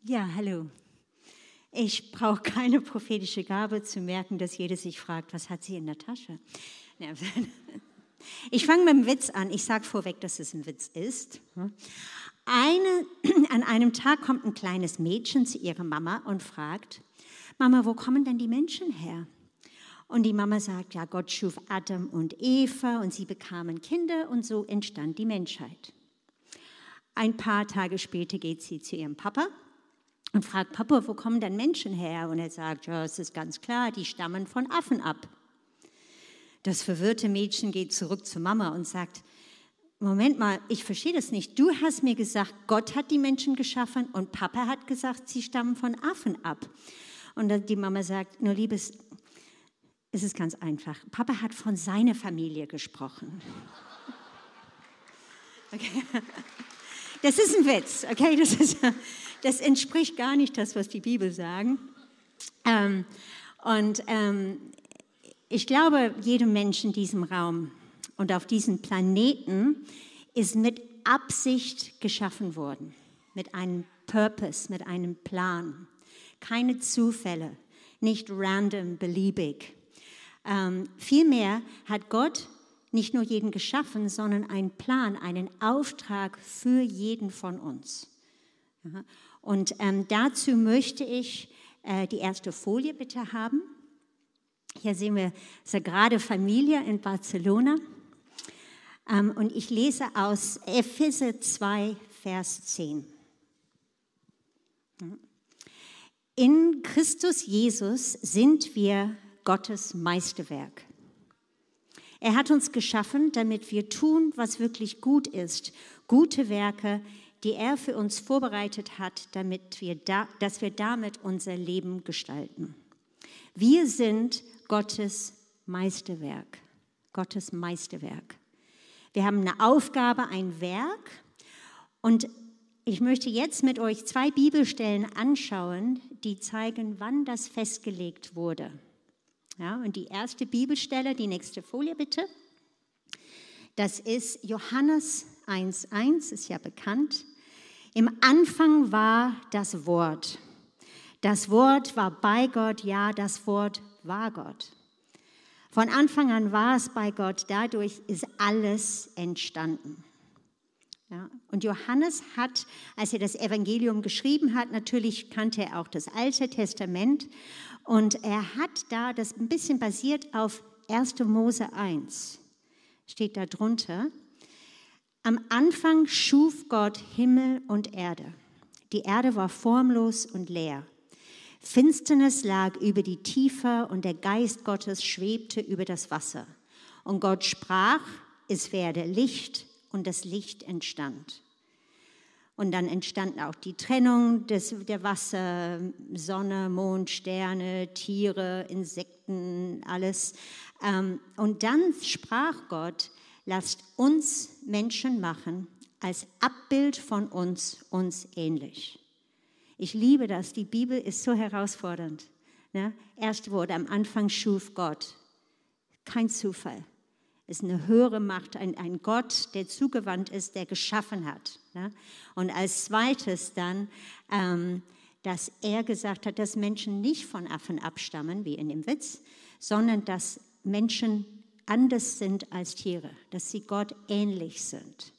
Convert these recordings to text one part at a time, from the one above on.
Ja, hallo. Ich brauche keine prophetische Gabe zu merken, dass jeder sich fragt, was hat sie in der Tasche? Ich fange mit dem Witz an. Ich sage vorweg, dass es ein Witz ist. An einem Tag kommt ein kleines Mädchen zu ihrer Mama und fragt, Mama, wo kommen denn die Menschen her? Und die Mama sagt, ja, Gott schuf Adam und Eva und sie bekamen Kinder und so entstand die Menschheit. Ein paar Tage später geht sie zu ihrem Papa und fragt, Papa, wo kommen denn Menschen her? Und er sagt, ja, es ist ganz klar, die stammen von Affen ab. Das verwirrte Mädchen geht zurück zur Mama und sagt, Moment mal, ich verstehe das nicht. Du hast mir gesagt, Gott hat die Menschen geschaffen und Papa hat gesagt, sie stammen von Affen ab. Und dann die Mama sagt, nur Liebes, es ist ganz einfach. Papa hat von seiner Familie gesprochen. Okay. Das ist ein Witz, okay? Das entspricht gar nicht das, was die Bibel sagen. Ich glaube, jeder Mensch in diesem Raum und auf diesem Planeten ist mit Absicht geschaffen worden, mit einem Purpose, mit einem Plan. Keine Zufälle, nicht random, beliebig. Vielmehr hat Gott nicht nur jeden geschaffen, sondern einen Plan, einen Auftrag für jeden von uns. Ja. Und dazu möchte ich die erste Folie bitte haben. Hier sehen wir Sagrada Familia in Barcelona. Und ich lese aus Epheser 2, Vers 10. In Christus Jesus sind wir Gottes Meisterwerk. Er hat uns geschaffen, damit wir tun, was wirklich gut ist. Gute Werke, die er für uns vorbereitet hat, dass wir damit unser Leben gestalten. Wir sind Gottes Meisterwerk. Gottes Meisterwerk. Wir haben eine Aufgabe, ein Werk. Und ich möchte jetzt mit euch 2 Bibelstellen anschauen, die zeigen, wann das festgelegt wurde. Ja, und die erste Bibelstelle, die nächste Folie bitte, das ist Johannes 1,1, ist ja bekannt. Im Anfang war das Wort. Das Wort war bei Gott, ja, das Wort war Gott. Von Anfang an war es bei Gott, dadurch ist alles entstanden. Ja, und Johannes hat, als er das Evangelium geschrieben hat, natürlich kannte er auch das Alte Testament und er hat da das ein bisschen basiert auf 1. Mose 1, steht da drunter. Am Anfang schuf Gott Himmel und Erde. Die Erde war formlos und leer. Finsternis lag über die Tiefe und der Geist Gottes schwebte über das Wasser. Und Gott sprach, es werde Licht, und das Licht entstand. Und dann entstand auch die Trennung der Wasser, Sonne, Mond, Sterne, Tiere, Insekten, alles. Und dann sprach Gott, lasst uns Menschen machen, als Abbild von uns ähnlich. Ich liebe das, die Bibel ist so herausfordernd. Ne? Erste Wort, am Anfang schuf Gott. Kein Zufall. Es ist eine höhere Macht, ein Gott, der zugewandt ist, der geschaffen hat. Ne? Und als zweites dann, dass er gesagt hat, dass Menschen nicht von Affen abstammen, wie in dem Witz, sondern dass Menschen anders sind als Tiere, dass sie Gott ähnlich sind.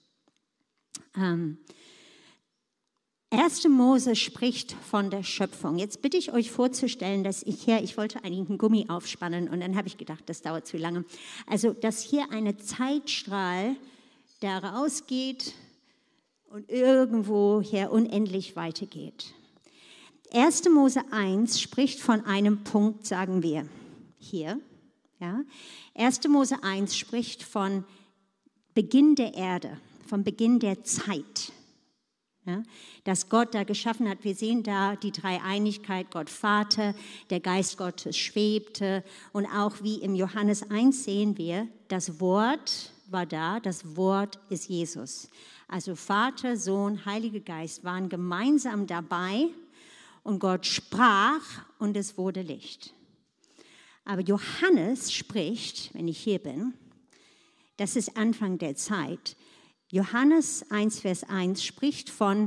1. Mose spricht von der Schöpfung. Jetzt bitte ich euch vorzustellen, dass ich wollte eigentlich einen Gummi aufspannen und dann habe ich gedacht, das dauert zu lange. Also, dass hier eine Zeitstrahl da rausgeht und irgendwo hier unendlich weitergeht. 1. Mose 1 spricht von einem Punkt, sagen wir, hier. Ja. 1. Mose 1 spricht von Beginn der Erde, vom Beginn der Zeit. Ja, dass Gott da geschaffen hat. Wir sehen da die Dreieinigkeit, Gott Vater, der Geist Gottes schwebte und auch wie im Johannes 1 sehen wir, das Wort war da, das Wort ist Jesus. Also Vater, Sohn, Heiliger Geist waren gemeinsam dabei und Gott sprach und es wurde Licht. Aber Johannes spricht, wenn ich hier bin, das ist Anfang der Zeit. Johannes 1, Vers 1 spricht von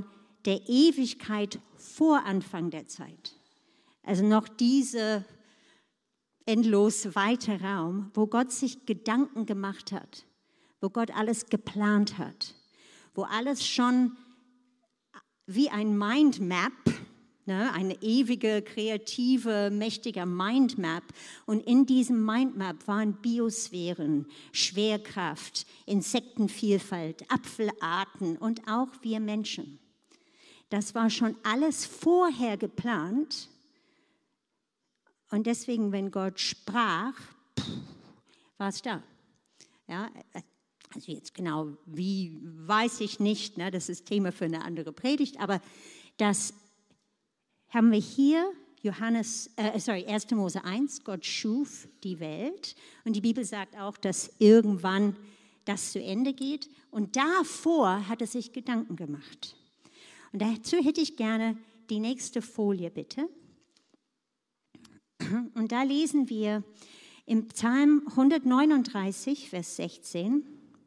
der Ewigkeit vor Anfang der Zeit. Also noch diese endlos weite Raum, wo Gott sich Gedanken gemacht hat, wo Gott alles geplant hat, wo alles schon wie ein Mindmap, ne, eine ewige, kreative, mächtige Mindmap. Und in diesem Mindmap waren Biosphären, Schwerkraft, Insektenvielfalt, Apfelarten und auch wir Menschen. Das war schon alles vorher geplant. Und deswegen, wenn Gott sprach, war es da. Ja, also jetzt genau, wie, weiß ich nicht, ne, das ist Thema für eine andere Predigt, aber das haben wir hier, 1. Mose 1, Gott schuf die Welt und die Bibel sagt auch, dass irgendwann das zu Ende geht und davor hat er sich Gedanken gemacht. Und dazu hätte ich gerne die nächste Folie, bitte. Und da lesen wir im Psalm 139, Vers 16,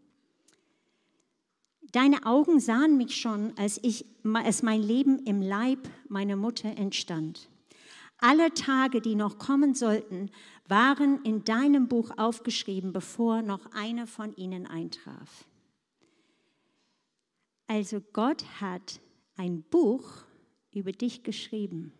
Deine Augen sahen mich schon, als mein Leben im Leib meiner Mutter entstand. Alle Tage, die noch kommen sollten, waren in deinem Buch aufgeschrieben, bevor noch einer von ihnen eintraf. Also Gott hat ein Buch über dich geschrieben.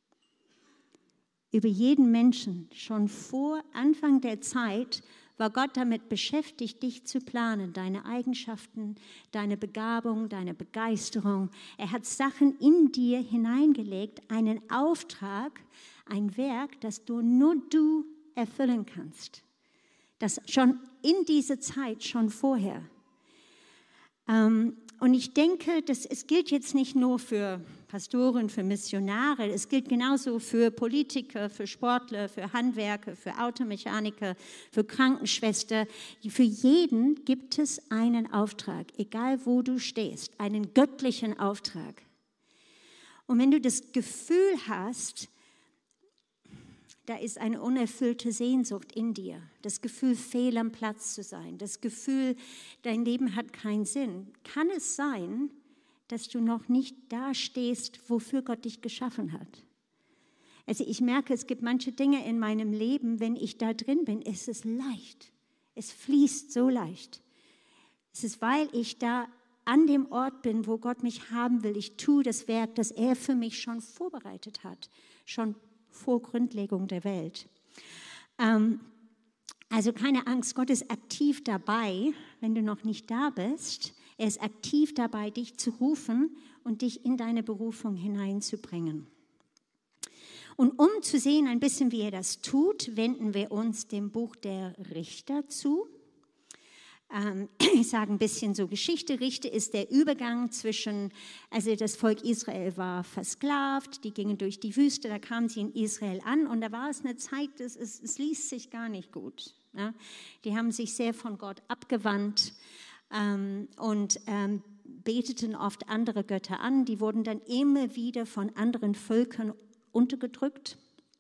Über jeden Menschen. Schon vor Anfang der Zeit war Gott damit beschäftigt, dich zu planen, deine Eigenschaften, deine Begabung, deine Begeisterung. Er hat Sachen in dir hineingelegt, einen Auftrag, ein Werk, das nur du erfüllen kannst. Das schon in dieser Zeit, schon vorher. Und ich denke, es gilt jetzt nicht nur für Pastoren, für Missionare, es gilt genauso für Politiker, für Sportler, für Handwerker, für Automechaniker, für Krankenschwester. Für jeden gibt es einen Auftrag, egal wo du stehst, einen göttlichen Auftrag. Und wenn du das Gefühl hast, da ist eine unerfüllte Sehnsucht in dir, das Gefühl, fehl am Platz zu sein, das Gefühl, dein Leben hat keinen Sinn, kann es sein, dass du noch nicht da stehst, wofür Gott dich geschaffen hat. Also ich merke, es gibt manche Dinge in meinem Leben, wenn ich da drin bin, ist es leicht. Es fließt so leicht. Es ist, weil ich da an dem Ort bin, wo Gott mich haben will. Ich tue das Werk, das er für mich schon vorbereitet hat, schon vor Grundlegung der Welt. Also keine Angst, Gott ist aktiv dabei, wenn du noch nicht da bist. Er ist aktiv dabei, dich zu rufen und dich in deine Berufung hineinzubringen. Und um zu sehen ein bisschen, wie er das tut, wenden wir uns dem Buch der Richter zu. Ich sage ein bisschen so Geschichte. Richter ist der Übergang zwischen, also das Volk Israel war versklavt, die gingen durch die Wüste, da kamen sie in Israel an und da war es eine Zeit, es ließ sich gar nicht gut. Ja? Die haben sich sehr von Gott abgewandt und beteten oft andere Götter an. Die wurden dann immer wieder von anderen Völkern untergedrückt.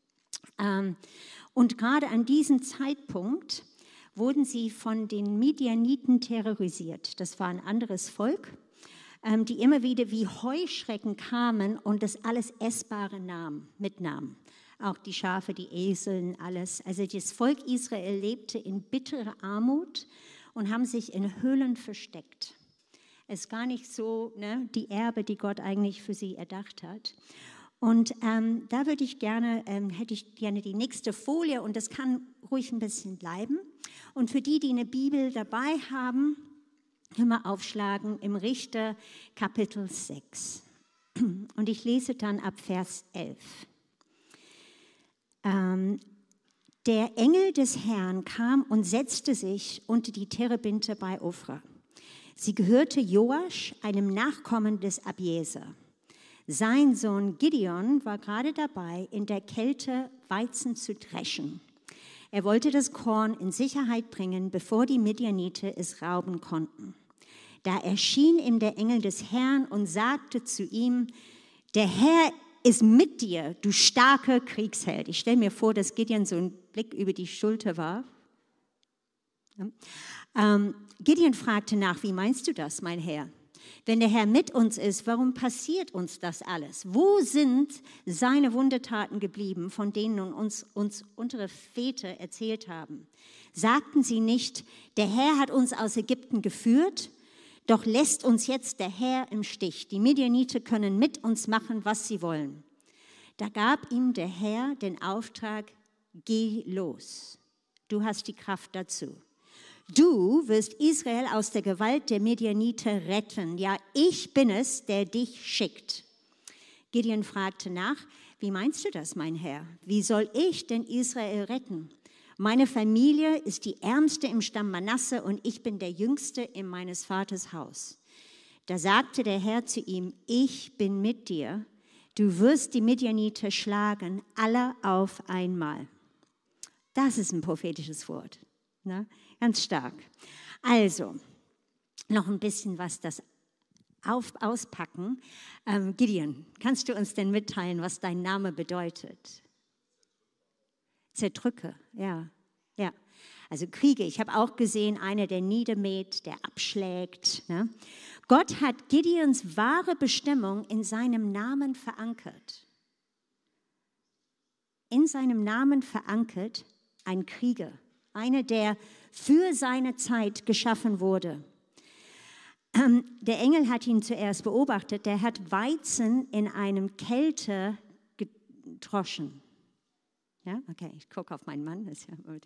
Und gerade an diesem Zeitpunkt wurden sie von den Midianiten terrorisiert. Das war ein anderes Volk, die immer wieder wie Heuschrecken kamen und das alles Essbare mitnahmen. Auch die Schafe, die Eseln, alles. Also das Volk Israel lebte in bitterer Armut und haben sich in Höhlen versteckt. Es ist gar nicht so, ne, die Erbe, die Gott eigentlich für sie erdacht hat. Und da hätte ich gerne die nächste Folie und das kann ruhig ein bisschen bleiben. Und für die eine Bibel dabei haben, können wir aufschlagen im Richter Kapitel 6. Und ich lese dann ab Vers 11. Der Engel des Herrn kam und setzte sich unter die Terebinte bei Ophra. Sie gehörte Joasch, einem Nachkommen des Abieser. Sein Sohn Gideon war gerade dabei, in der Kälte Weizen zu dreschen. Er wollte das Korn in Sicherheit bringen, bevor die Midianiter es rauben konnten. Da erschien ihm der Engel des Herrn und sagte zu ihm, der Herr ist mit dir, du starker Kriegsheld. Ich stelle mir vor, dass Gideon so einen Blick über die Schulter warf. Ja. Gideon fragte nach, wie meinst du das, mein Herr? Wenn der Herr mit uns ist, warum passiert uns das alles? Wo sind seine Wundertaten geblieben, von denen uns unsere Väter erzählt haben? Sagten sie nicht, der Herr hat uns aus Ägypten geführt, doch lässt uns jetzt der Herr im Stich. Die Midianiter können mit uns machen, was sie wollen. Da gab ihm der Herr den Auftrag, geh los, du hast die Kraft dazu. Du wirst Israel aus der Gewalt der Midianiter retten. Ja, ich bin es, der dich schickt. Gideon fragte nach, wie meinst du das, mein Herr? Wie soll ich denn Israel retten? Meine Familie ist die ärmste im Stamm Manasse und ich bin der Jüngste in meines Vaters Haus. Da sagte der Herr zu ihm, ich bin mit dir. Du wirst die Midianiter schlagen, alle auf einmal. Das ist ein prophetisches Wort. Ne? Ganz stark. Also, noch ein bisschen was das auspacken. Gideon, kannst du uns denn mitteilen, was dein Name bedeutet? Zerdrücke, ja. Also Kriege. Ich habe auch gesehen, einer, der niedermäht, der abschlägt. Ne? Gott hat Gideons wahre Bestimmung in seinem Namen verankert. In seinem Namen verankert ein Krieger. Einer, der für seine Zeit geschaffen wurde. Der Engel hat ihn zuerst beobachtet, der hat Weizen in einem Kelter gedroschen. Ja, okay, ich gucke auf meinen Mann.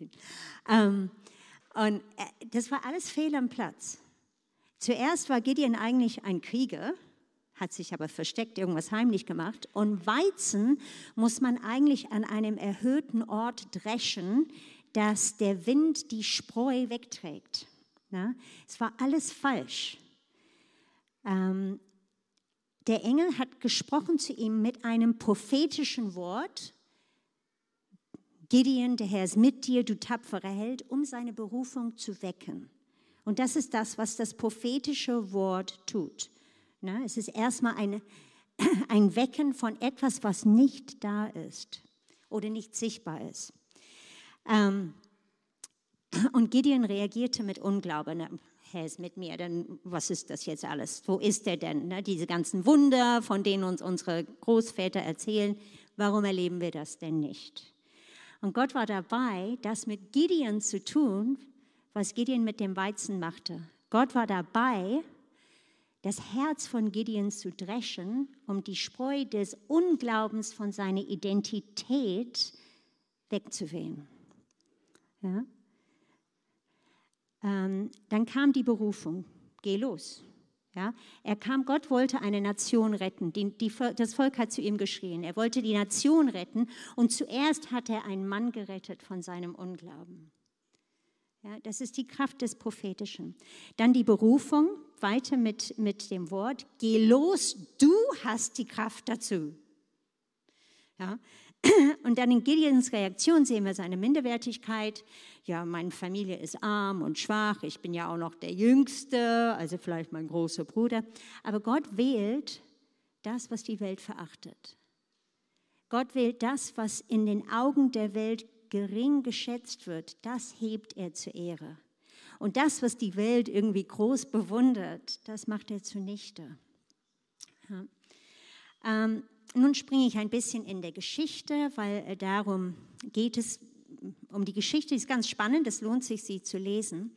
Und das war alles fehl am Platz. Zuerst war Gideon eigentlich ein Krieger, hat sich aber versteckt, irgendwas heimlich gemacht. Und Weizen muss man eigentlich an einem erhöhten Ort dreschen, dass der Wind die Spreu wegträgt. Ja, es war alles falsch. Der Engel hat gesprochen zu ihm mit einem prophetischen Wort. Gideon, der Herr ist mit dir, du tapferer Held, um seine Berufung zu wecken. Und das ist das, was das prophetische Wort tut. Na, es ist erstmal ein Wecken von etwas, was nicht da ist oder nicht sichtbar ist. Und Gideon reagierte mit Unglauben. Herr ist mit mir, denn was ist das jetzt alles? Wo ist er denn? Ne? Diese ganzen Wunder, von denen uns unsere Großväter erzählen, warum erleben wir das denn nicht? Und Gott war dabei, das mit Gideon zu tun, was Gideon mit dem Weizen machte. Gott war dabei, das Herz von Gideon zu dreschen, um die Spreu des Unglaubens von seiner Identität wegzuwehen. Ja? Dann kam die Berufung, geh los. Ja? Gott wollte eine Nation retten. Das Volk hat zu ihm geschrien. Er wollte die Nation retten und zuerst hat er einen Mann gerettet von seinem Unglauben. Ja, das ist die Kraft des Prophetischen. Dann die Berufung, weiter mit dem Wort, geh los, du hast die Kraft dazu. Ja? Und dann in Gideons Reaktion sehen wir seine Minderwertigkeit. Ja, meine Familie ist arm und schwach, ich bin ja auch noch der Jüngste, also vielleicht mein großer Bruder. Aber Gott wählt das, was die Welt verachtet. Gott wählt das, was in den Augen der Welt gering geschätzt wird, das hebt er zur Ehre. Und das, was die Welt irgendwie groß bewundert, das macht er zunichte. Ja. Nun springe ich ein bisschen in der Geschichte, weil darum geht es, um die Geschichte, die ist ganz spannend, es lohnt sich, sie zu lesen.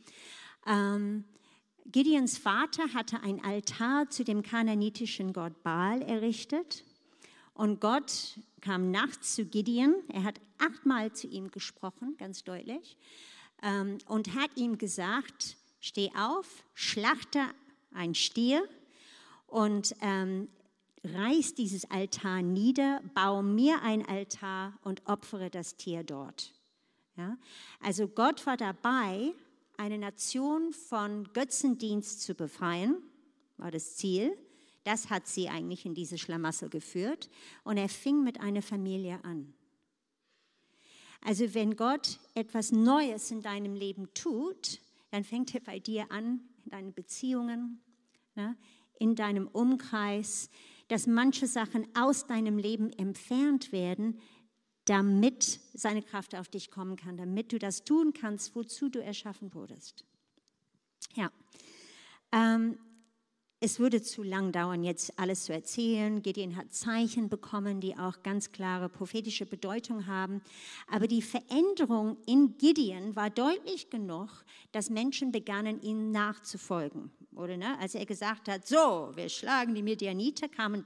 Gideons Vater hatte ein Altar zu dem kanaanitischen Gott Baal errichtet und Gott kam nachts zu Gideon, er hat 8-mal zu ihm gesprochen, ganz deutlich, und hat ihm gesagt, steh auf, schlachte ein Stier und reiß dieses Altar nieder, baue mir ein Altar und opfere das Tier dort. Ja? Also Gott war dabei, eine Nation von Götzendienst zu befreien, war das Ziel. Das hat sie eigentlich in diese Schlamassel geführt. Und er fing mit einer Familie an. Also wenn Gott etwas Neues in deinem Leben tut, dann fängt er bei dir an, in deinen Beziehungen, ne, in deinem Umkreis, dass manche Sachen aus deinem Leben entfernt werden, damit seine Kraft auf dich kommen kann, damit du das tun kannst, wozu du erschaffen wurdest. Ja. es würde zu lang dauern, jetzt alles zu erzählen. Gideon hat Zeichen bekommen, die auch ganz klare prophetische Bedeutung haben. Aber die Veränderung in Gideon war deutlich genug, dass Menschen begannen, ihm nachzufolgen. Oder, ne? Als er gesagt hat, so, wir schlagen die Midianiter, kamen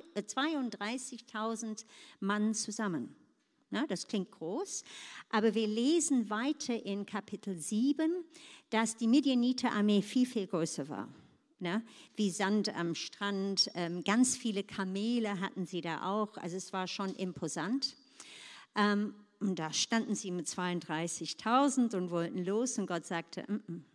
32.000 Mann zusammen. Na, das klingt groß, aber wir lesen weiter in Kapitel 7, dass die Midianiter-Armee viel, viel größer war. Ne? Wie Sand am Strand, ganz viele Kamele hatten sie da auch, also es war schon imposant. Und da standen sie mit 32.000 und wollten los und Gott sagte,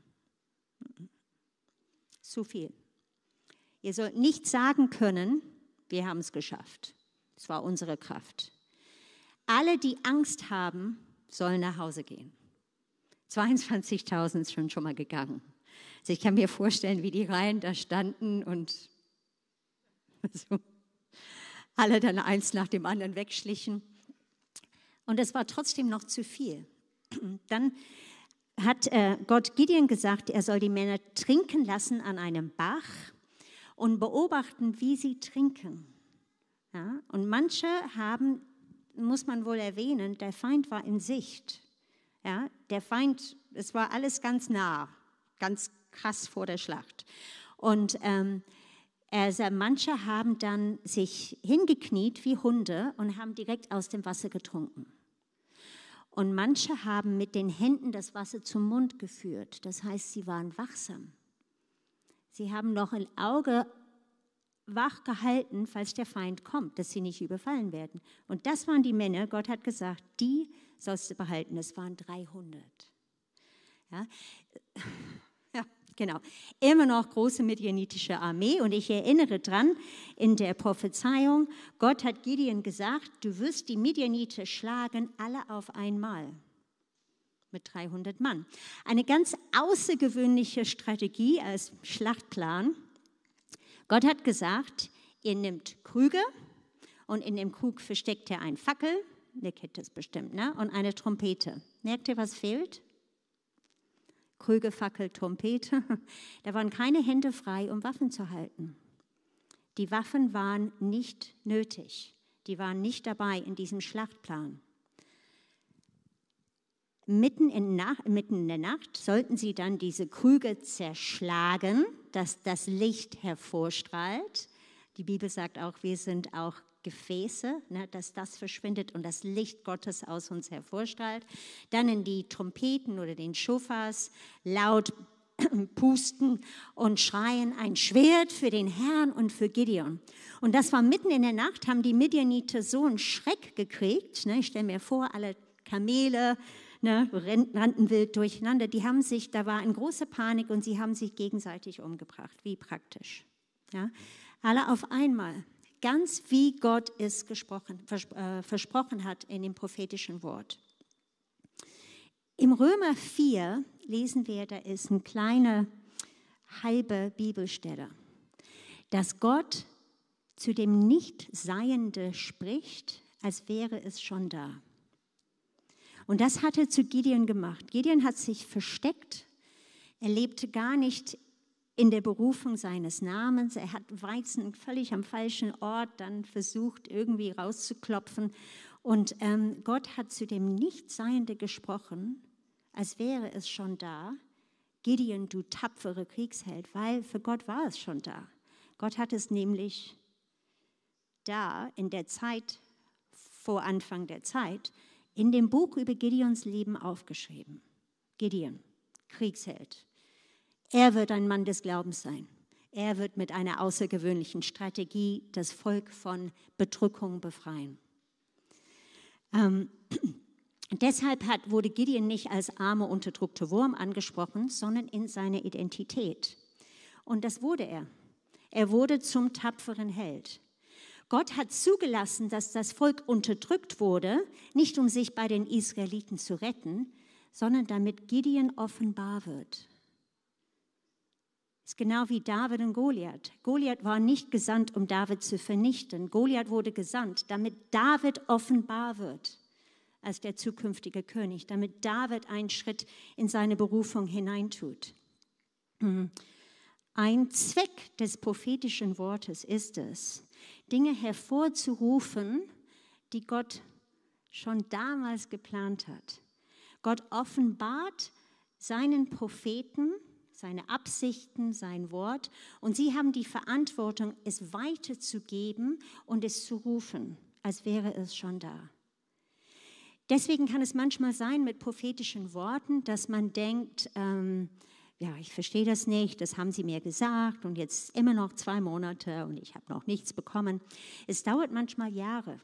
zu viel. Ihr sollt nicht sagen können, wir haben es geschafft. Es war unsere Kraft. Alle, die Angst haben, sollen nach Hause gehen. 22.000 sind schon mal gegangen. Also ich kann mir vorstellen, wie die Reihen da standen und so, alle dann eins nach dem anderen wegschlichen. Und es war trotzdem noch zu viel. Dann hat Gott Gideon gesagt, er soll die Männer trinken lassen an einem Bach und beobachten, wie sie trinken. Ja? Und manche haben, muss man wohl erwähnen, der Feind war in Sicht. Ja? Der Feind, es war alles ganz nah, ganz krass vor der Schlacht. Und manche haben dann sich hingekniet wie Hunde und haben direkt aus dem Wasser getrunken. Und manche haben mit den Händen das Wasser zum Mund geführt. Das heißt, sie waren wachsam. Sie haben noch ein Auge wach gehalten, falls der Feind kommt, dass sie nicht überfallen werden. Und das waren die Männer, Gott hat gesagt, die sollst du behalten. Es waren 300. Ja. Ja, genau. Immer noch große midianitische Armee. Und ich erinnere dran, in der Prophezeiung, Gott hat Gideon gesagt, du wirst die Midianiter schlagen, alle auf einmal. Mit 300 Mann. Eine ganz außergewöhnliche Strategie als Schlachtplan. Gott hat gesagt, ihr nehmt Krüge und in dem Krug versteckt ihr eine Fackel, ihr kennt das bestimmt, ne? Und eine Trompete. Merkt ihr, was fehlt? Krüge, Fackel, Trompete. Da waren keine Hände frei, um Waffen zu halten. Die Waffen waren nicht nötig. Die waren nicht dabei in diesem Schlachtplan. Mitten in der Nacht sollten sie dann diese Krüge zerschlagen, dass das Licht hervorstrahlt. Die Bibel sagt auch, wir sind auch Gefäße, ne, dass das verschwindet und das Licht Gottes aus uns hervorstrahlt. Dann in die Trompeten oder den Schofars laut pusten und schreien, ein Schwert für den Herrn und für Gideon. Und das war mitten in der Nacht, haben die Midianiter so einen Schreck gekriegt. Ne, ich stelle mir vor, alle Kamele, ne, rannten wild durcheinander. Die haben sich, da war eine große Panik und sie haben sich gegenseitig umgebracht. Wie praktisch. Ja? Alle auf einmal. Ganz wie Gott es versprochen hat in dem prophetischen Wort. Im Römer 4 lesen wir, da ist eine kleine halbe Bibelstelle, dass Gott zu dem Nichtseiende spricht, als wäre es schon da. Und das hat er zu Gideon gemacht. Gideon hat sich versteckt. Er lebte gar nicht in der Berufung seines Namens. Er hat Weizen völlig am falschen Ort dann versucht, irgendwie rauszuklopfen. Und Gott hat zu dem Nichtseiende gesprochen, als wäre es schon da. Gideon, du tapfere Kriegsheld, weil für Gott war es schon da. Gott hat es nämlich da in der Zeit, vor Anfang der Zeit, in dem Buch über Gideons Leben aufgeschrieben. Gideon, Kriegsheld. Er wird ein Mann des Glaubens sein. Er wird mit einer außergewöhnlichen Strategie das Volk von Bedrückung befreien. Deshalb wurde Gideon nicht als armer, unterdrückter Wurm angesprochen, sondern in seiner Identität. Und das wurde er. Er wurde zum tapferen Held. Gott hat zugelassen, dass das Volk unterdrückt wurde, nicht um sich bei den Israeliten zu retten, sondern damit Gideon offenbar wird. Das ist genau wie David und Goliath. Goliath war nicht gesandt, um David zu vernichten. Goliath wurde gesandt, damit David offenbar wird als der zukünftige König, damit David einen Schritt in seine Berufung hineintut. Ein Zweck des prophetischen Wortes ist es, Dinge hervorzurufen, die Gott schon damals geplant hat. Gott offenbart seinen Propheten, seine Absichten, sein Wort, und sie haben die Verantwortung, es weiterzugeben und es zu rufen, als wäre es schon da. Deswegen kann es manchmal sein mit prophetischen Worten, dass man denkt, ja, ich verstehe das nicht, das haben sie mir gesagt und jetzt immer noch 2 Monate und ich habe noch nichts bekommen. Es dauert manchmal Jahre,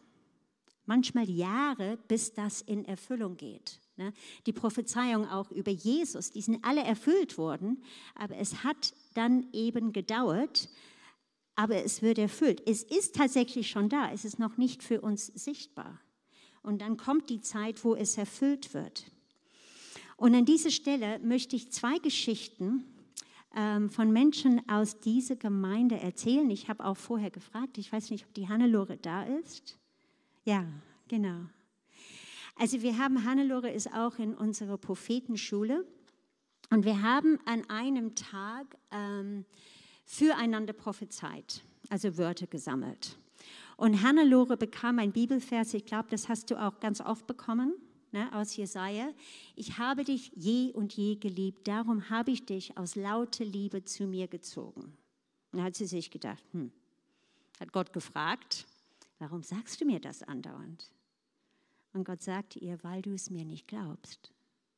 bis das in Erfüllung geht. Die Prophezeiungen auch über Jesus, die sind alle erfüllt worden, aber es hat dann eben gedauert, aber es wird erfüllt. Es ist tatsächlich schon da, es ist noch nicht für uns sichtbar. Und dann kommt die Zeit, wo es erfüllt wird. Und an dieser Stelle möchte ich 2 Geschichten von Menschen aus dieser Gemeinde erzählen. Ich habe auch vorher gefragt, ich weiß nicht, ob die Hannelore da ist. Ja, genau. Also wir haben, Hannelore ist auch in unserer Prophetenschule und wir haben an einem Tag füreinander prophezeit, also Wörter gesammelt. Und Hannelore bekam ein Bibelvers, ich glaube, das hast du auch ganz oft bekommen, aus Jesaja. Ich habe dich je und je geliebt, darum habe ich dich aus lauter Liebe zu mir gezogen. Und da hat sie sich gedacht, hat Gott gefragt, warum sagst du mir das andauernd? Und Gott sagte ihr, weil du es mir nicht glaubst.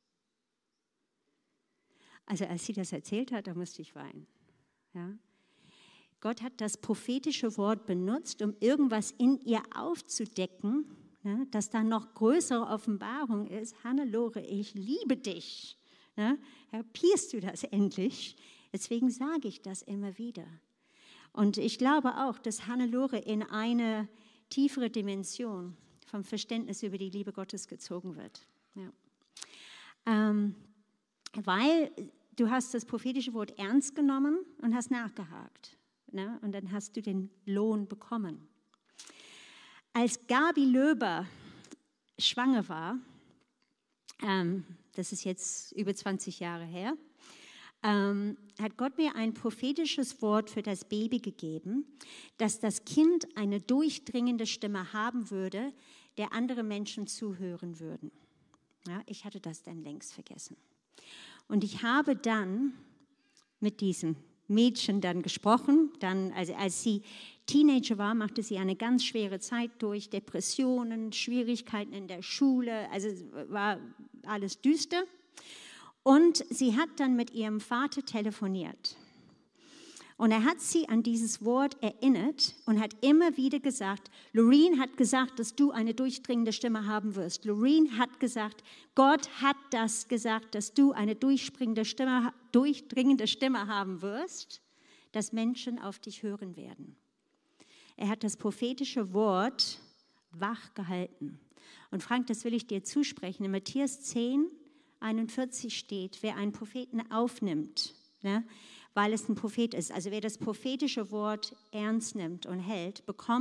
Also als sie das erzählt hat, da musste ich weinen. Ja? Gott hat das prophetische Wort benutzt, um irgendwas in ihr aufzudecken, dass da noch größere Offenbarung ist. Hannelore, ich liebe dich. Kapierst du das endlich? Deswegen sage ich das immer wieder. Und ich glaube auch, dass Hannelore in eine tiefere Dimension vom Verständnis über die Liebe Gottes gezogen wird. Ja. Weil du hast das prophetische Wort ernst genommen und hast nachgehakt. Und dann hast du den Lohn bekommen. Als Gabi Löber schwanger war, das ist jetzt über 20 Jahre her, hat Gott mir ein prophetisches Wort für das Baby gegeben, dass das Kind eine durchdringende Stimme haben würde, der andere Menschen zuhören würden. Ja, ich hatte das dann längst vergessen. Und ich habe dann mit diesem Mädchen dann gesprochen. Dann, also als sie Teenager war, machte sie eine ganz schwere Zeit durch, Depressionen, Schwierigkeiten in der Schule, also war alles düster. Und sie hat dann mit ihrem Vater telefoniert. Und er hat sie an dieses Wort erinnert und hat immer wieder gesagt, Loreen hat gesagt, dass du eine durchdringende Stimme haben wirst. Loreen hat gesagt, Gott hat das gesagt, dass du eine durchdringende Stimme haben wirst, dass Menschen auf dich hören werden. Er hat das prophetische Wort wach gehalten. Und Frank, das will ich dir zusprechen. In Matthäus 10, 41 steht, wer einen Propheten aufnimmt, weil es ein Prophet ist, also wer das prophetische Wort ernst nimmt und hält,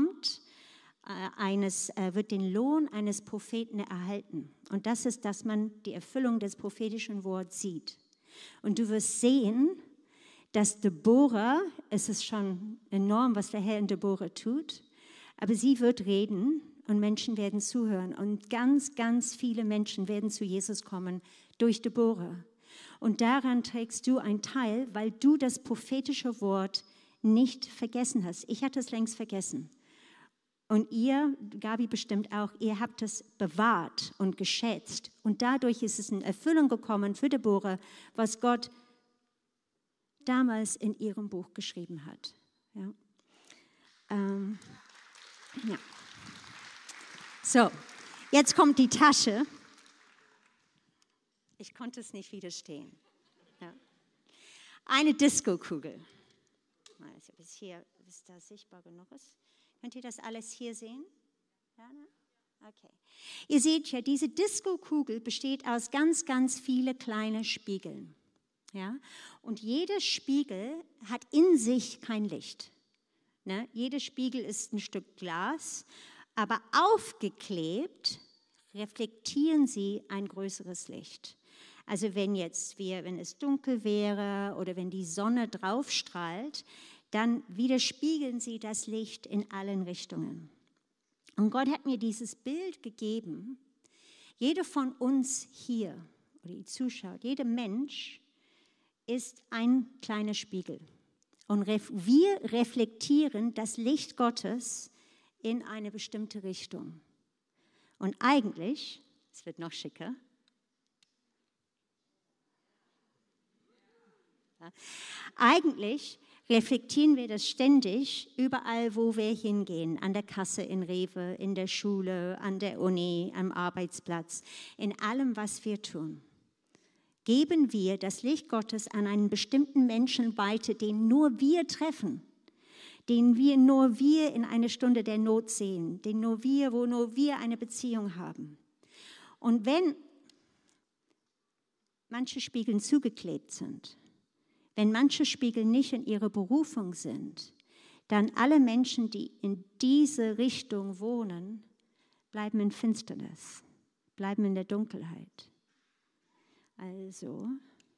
wird den Lohn eines Propheten erhalten. Und das ist, dass man die Erfüllung des prophetischen Wortes sieht. Und du wirst sehen, dass Deborah, es ist schon enorm, was der Herr in Deborah tut, aber sie wird reden und Menschen werden zuhören. Und ganz, ganz viele Menschen werden zu Jesus kommen durch Deborah. Und daran trägst du einen Teil, weil du das prophetische Wort nicht vergessen hast. Ich hatte es längst vergessen. Und ihr, Gabi bestimmt auch, ihr habt es bewahrt und geschätzt. Und dadurch ist es in Erfüllung gekommen für Deborah, was Gott damals in ihrem Buch geschrieben hat. Ja. Ja. So, jetzt kommt die Tasche. Ich konnte es nicht widerstehen. Ja. Eine Diskokugel. Also bis hier, bis das sichtbar genug ist. Könnt ihr das alles hier sehen? Ja, ne? Okay. Ihr seht ja, diese Diskokugel besteht aus ganz, ganz vielen kleinen Spiegeln. Ja? Und jeder Spiegel hat in sich kein Licht. Ne? Jeder Spiegel ist ein Stück Glas, aber aufgeklebt reflektieren sie ein größeres Licht. Also wenn es dunkel wäre oder wenn die Sonne drauf strahlt, dann widerspiegeln sie das Licht in allen Richtungen. Und Gott hat mir dieses Bild gegeben. Jeder von uns hier, oder die Zuschauer, jeder Mensch ist ein kleiner Spiegel. Und wir reflektieren das Licht Gottes in eine bestimmte Richtung. Und eigentlich, es wird noch schicker, eigentlich reflektieren wir das ständig überall, wo wir hingehen, an der Kasse in Rewe, in der Schule, an der Uni, am Arbeitsplatz, in allem, was wir tun. Geben wir das Licht Gottes an einen bestimmten Menschen weiter, den nur wir treffen, nur wir in einer Stunde der Not sehen, wo nur wir eine Beziehung haben. Und wenn manche Spiegel zugeklebt sind, wenn manche Spiegel nicht in ihrer Berufung sind, dann alle Menschen, die in diese Richtung wohnen, bleiben in Finsternis, bleiben in der Dunkelheit. Also,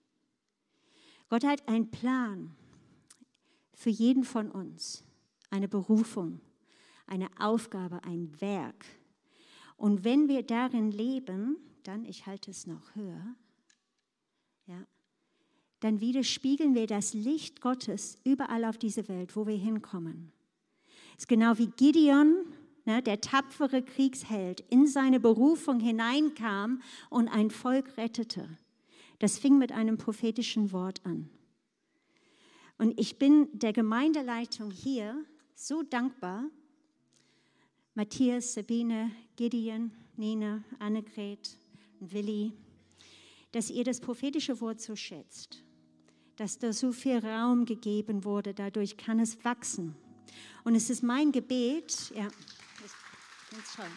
Gott hat einen Plan für jeden von uns, eine Berufung, eine Aufgabe, ein Werk. Und wenn wir darin leben, dann, ich halte es noch höher, ja, dann widerspiegeln wir das Licht Gottes überall auf dieser Welt, wo wir hinkommen. Es ist genau wie Gideon, der tapfere Kriegsheld, in seine Berufung hineinkam und ein Volk rettete. Das fing mit einem prophetischen Wort an. Und ich bin der Gemeindeleitung hier so dankbar, Matthias, Sabine, Gideon, Nina, Annegret, Willi, dass ihr das prophetische Wort so schätzt, dass da so viel Raum gegeben wurde, dadurch kann es wachsen. Und es ist mein Gebet, ja, ganz toll.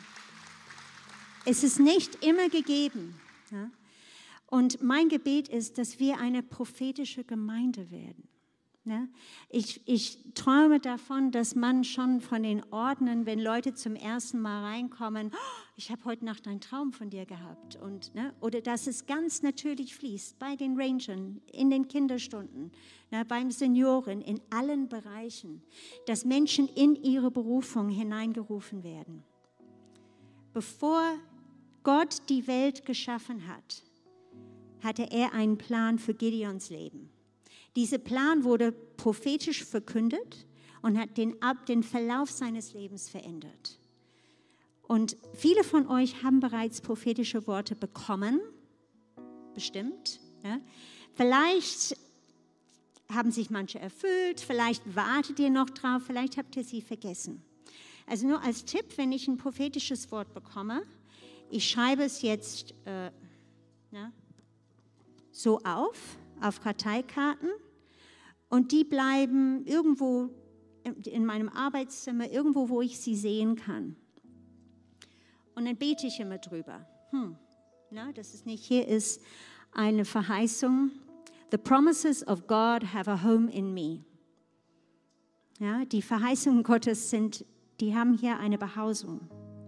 Es ist nicht immer gegeben. Ja? Und mein Gebet ist, dass wir eine prophetische Gemeinde werden. Ja? Ich träume davon, dass man schon von den Ordnern, wenn Leute zum ersten Mal reinkommen, oh, ich habe heute Nacht einen Traum von dir gehabt. Oder dass es ganz natürlich fließt bei den Rangern, in den Kinderstunden, beim Senioren, in allen Bereichen, dass Menschen in ihre Berufung hineingerufen werden. Bevor Gott die Welt geschaffen hat, hatte er einen Plan für Gideons Leben. Dieser Plan wurde prophetisch verkündet und hat den Verlauf seines Lebens verändert. Und viele von euch haben bereits prophetische Worte bekommen, bestimmt. Ja? Vielleicht haben sich manche erfüllt, vielleicht wartet ihr noch drauf, vielleicht habt ihr sie vergessen. Also nur als Tipp, wenn ich ein prophetisches Wort bekomme, ich schreibe es jetzt so auf Karteikarten und die bleiben irgendwo in meinem Arbeitszimmer, irgendwo, wo ich sie sehen kann. Und dann bete ich immer drüber. Das ist nicht, hier ist eine Verheißung. The promises of God have a home in me. Ja, die Verheißungen Gottes die haben hier eine Behausung.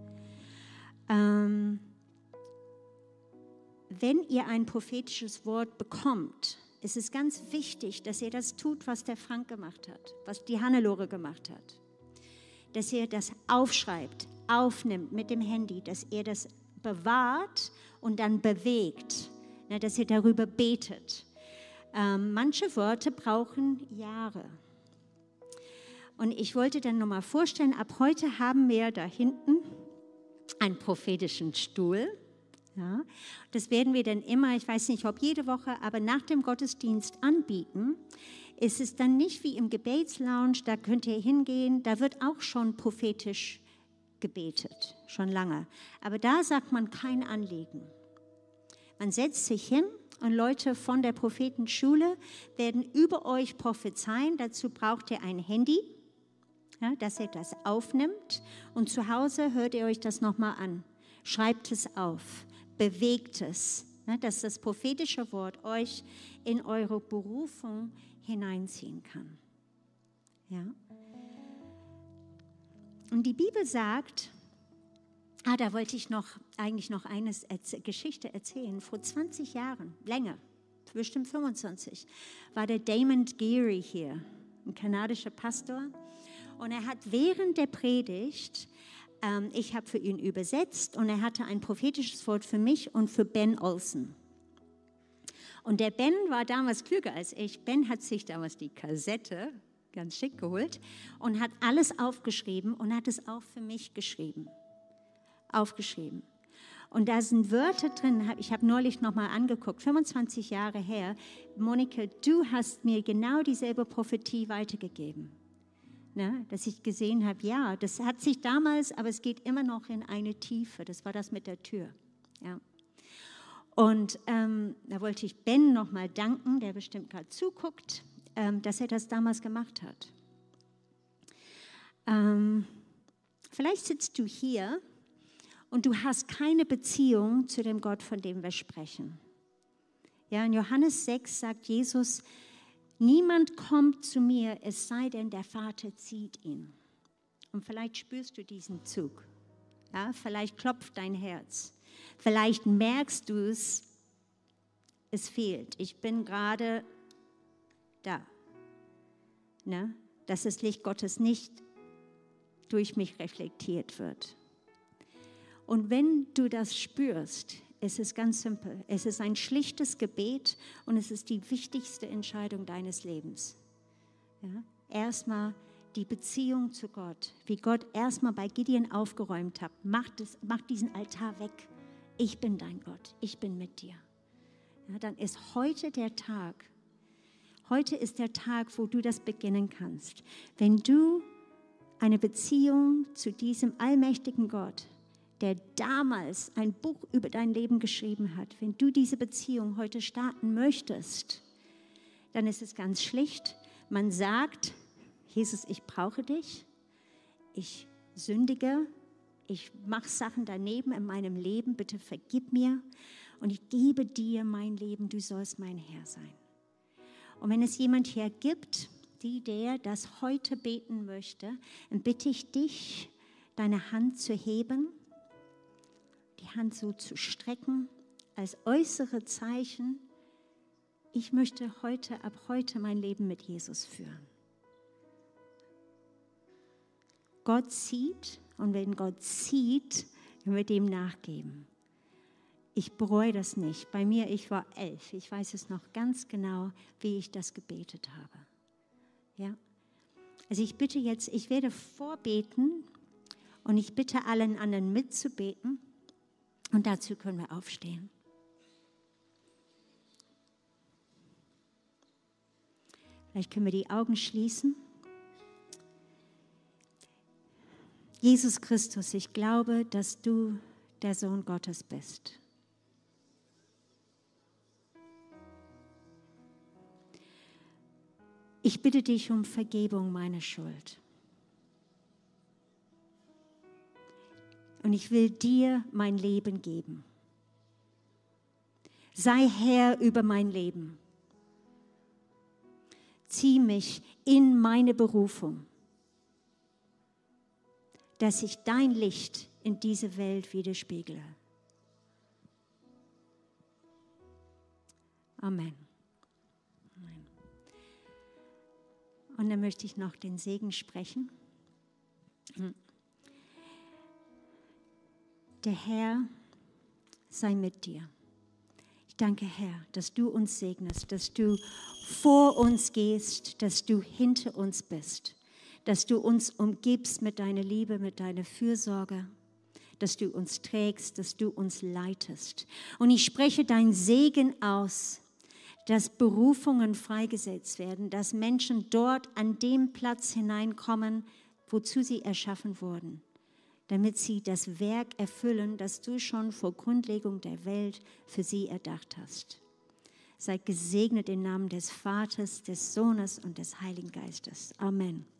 Wenn ihr ein prophetisches Wort bekommt, ist es ganz wichtig, dass ihr das tut, was der Frank gemacht hat, was die Hannelore gemacht hat. Dass ihr das aufschreibt, aufnimmt mit dem Handy, dass ihr das bewahrt und dann bewegt, dass ihr darüber betet. Manche Worte brauchen Jahre. Und ich wollte dann nochmal vorstellen, ab heute haben wir da hinten einen prophetischen Stuhl. Ja, das werden wir dann immer, ich weiß nicht, ob jede Woche, aber nach dem Gottesdienst anbieten. Ist es dann nicht wie im Gebetslounge, da könnt ihr hingehen, da wird auch schon prophetisch gebetet, schon lange. Aber da sagt man kein Anliegen. Man setzt sich hin und Leute von der Prophetenschule werden über euch prophezeien. Dazu braucht ihr ein Handy, ja, dass ihr das aufnimmt und zu Hause hört ihr euch das nochmal an. Schreibt es auf. Bewegt es, dass das prophetische Wort euch in eure Berufung hineinziehen kann. Ja? Und die Bibel sagt, Da wollte ich eigentlich noch eine Geschichte erzählen. Vor 20 Jahren, länger, bestimmt 25, war der Damon Geary hier, ein kanadischer Pastor. Und er hat während der Predigt, ich habe für ihn übersetzt, und er hatte ein prophetisches Wort für mich und für Ben Olsen. Und der Ben war damals klüger als ich. Ben hat sich damals die Kassette ganz schick geholt und hat alles aufgeschrieben und hat es auch für mich aufgeschrieben. Und da sind Wörter drin, ich habe neulich nochmal angeguckt, 25 Jahre her. Monika, du hast mir genau dieselbe Prophetie weitergegeben. Ne? Dass ich gesehen habe, ja, das hat sich damals, aber es geht immer noch in eine Tiefe. Das war das mit der Tür. Ja. Und da wollte ich Ben nochmal danken, der bestimmt gerade zuguckt, dass er das damals gemacht hat. Vielleicht sitzt du hier und du hast keine Beziehung zu dem Gott, von dem wir sprechen. Ja, in Johannes 6 sagt Jesus, niemand kommt zu mir, es sei denn, der Vater zieht ihn. Und vielleicht spürst du diesen Zug. Ja, vielleicht klopft dein Herz. Vielleicht merkst du es fehlt. Ich bin gerade da. Ne? Dass das Licht Gottes nicht durch mich reflektiert wird. Und wenn du das spürst, es ist ganz simpel. Es ist ein schlichtes Gebet und es ist die wichtigste Entscheidung deines Lebens. Ja? Erstmal die Beziehung zu Gott, wie Gott erstmal bei Gideon aufgeräumt hat. Mach diesen Altar weg. Ich bin dein Gott. Ich bin mit dir. Ja, dann ist heute der Tag. Heute ist der Tag, wo du das beginnen kannst. Wenn du eine Beziehung zu diesem allmächtigen Gott, der damals ein Buch über dein Leben geschrieben hat, wenn du diese Beziehung heute starten möchtest, dann ist es ganz schlicht. Man sagt, Jesus, ich brauche dich, ich sündige, ich mache Sachen daneben in meinem Leben, bitte vergib mir und ich gebe dir mein Leben, du sollst mein Herr sein. Und wenn es jemand hier gibt, der das heute beten möchte, dann bitte ich dich, deine Hand zu heben, die Hand so zu strecken, als äußere Zeichen, ich möchte ab heute mein Leben mit Jesus führen. Gott sieht und wenn Gott sieht, können wir dem nachgeben. Ich bereue das nicht. Bei mir, ich war 11, ich weiß es noch ganz genau, wie ich das gebetet habe. Ja? Also ich bitte jetzt, ich werde vorbeten und ich bitte allen anderen mitzubeten. Und dazu können wir aufstehen. Vielleicht können wir die Augen schließen. Jesus Christus, ich glaube, dass du der Sohn Gottes bist. Ich bitte dich um Vergebung meiner Schuld. Und ich will dir mein Leben geben. Sei Herr über mein Leben. Zieh mich in meine Berufung, dass ich dein Licht in diese Welt widerspiegle. Amen. Amen. Und dann möchte ich noch den Segen sprechen. Der Herr sei mit dir. Ich danke, Herr, dass du uns segnest, dass du vor uns gehst, dass du hinter uns bist, dass du uns umgibst mit deiner Liebe, mit deiner Fürsorge, dass du uns trägst, dass du uns leitest. Und ich spreche dein Segen aus, dass Berufungen freigesetzt werden, dass Menschen dort an dem Platz hineinkommen, wozu sie erschaffen wurden, damit sie das Werk erfüllen, das du schon vor Grundlegung der Welt für sie erdacht hast. Sei gesegnet im Namen des Vaters, des Sohnes und des Heiligen Geistes. Amen.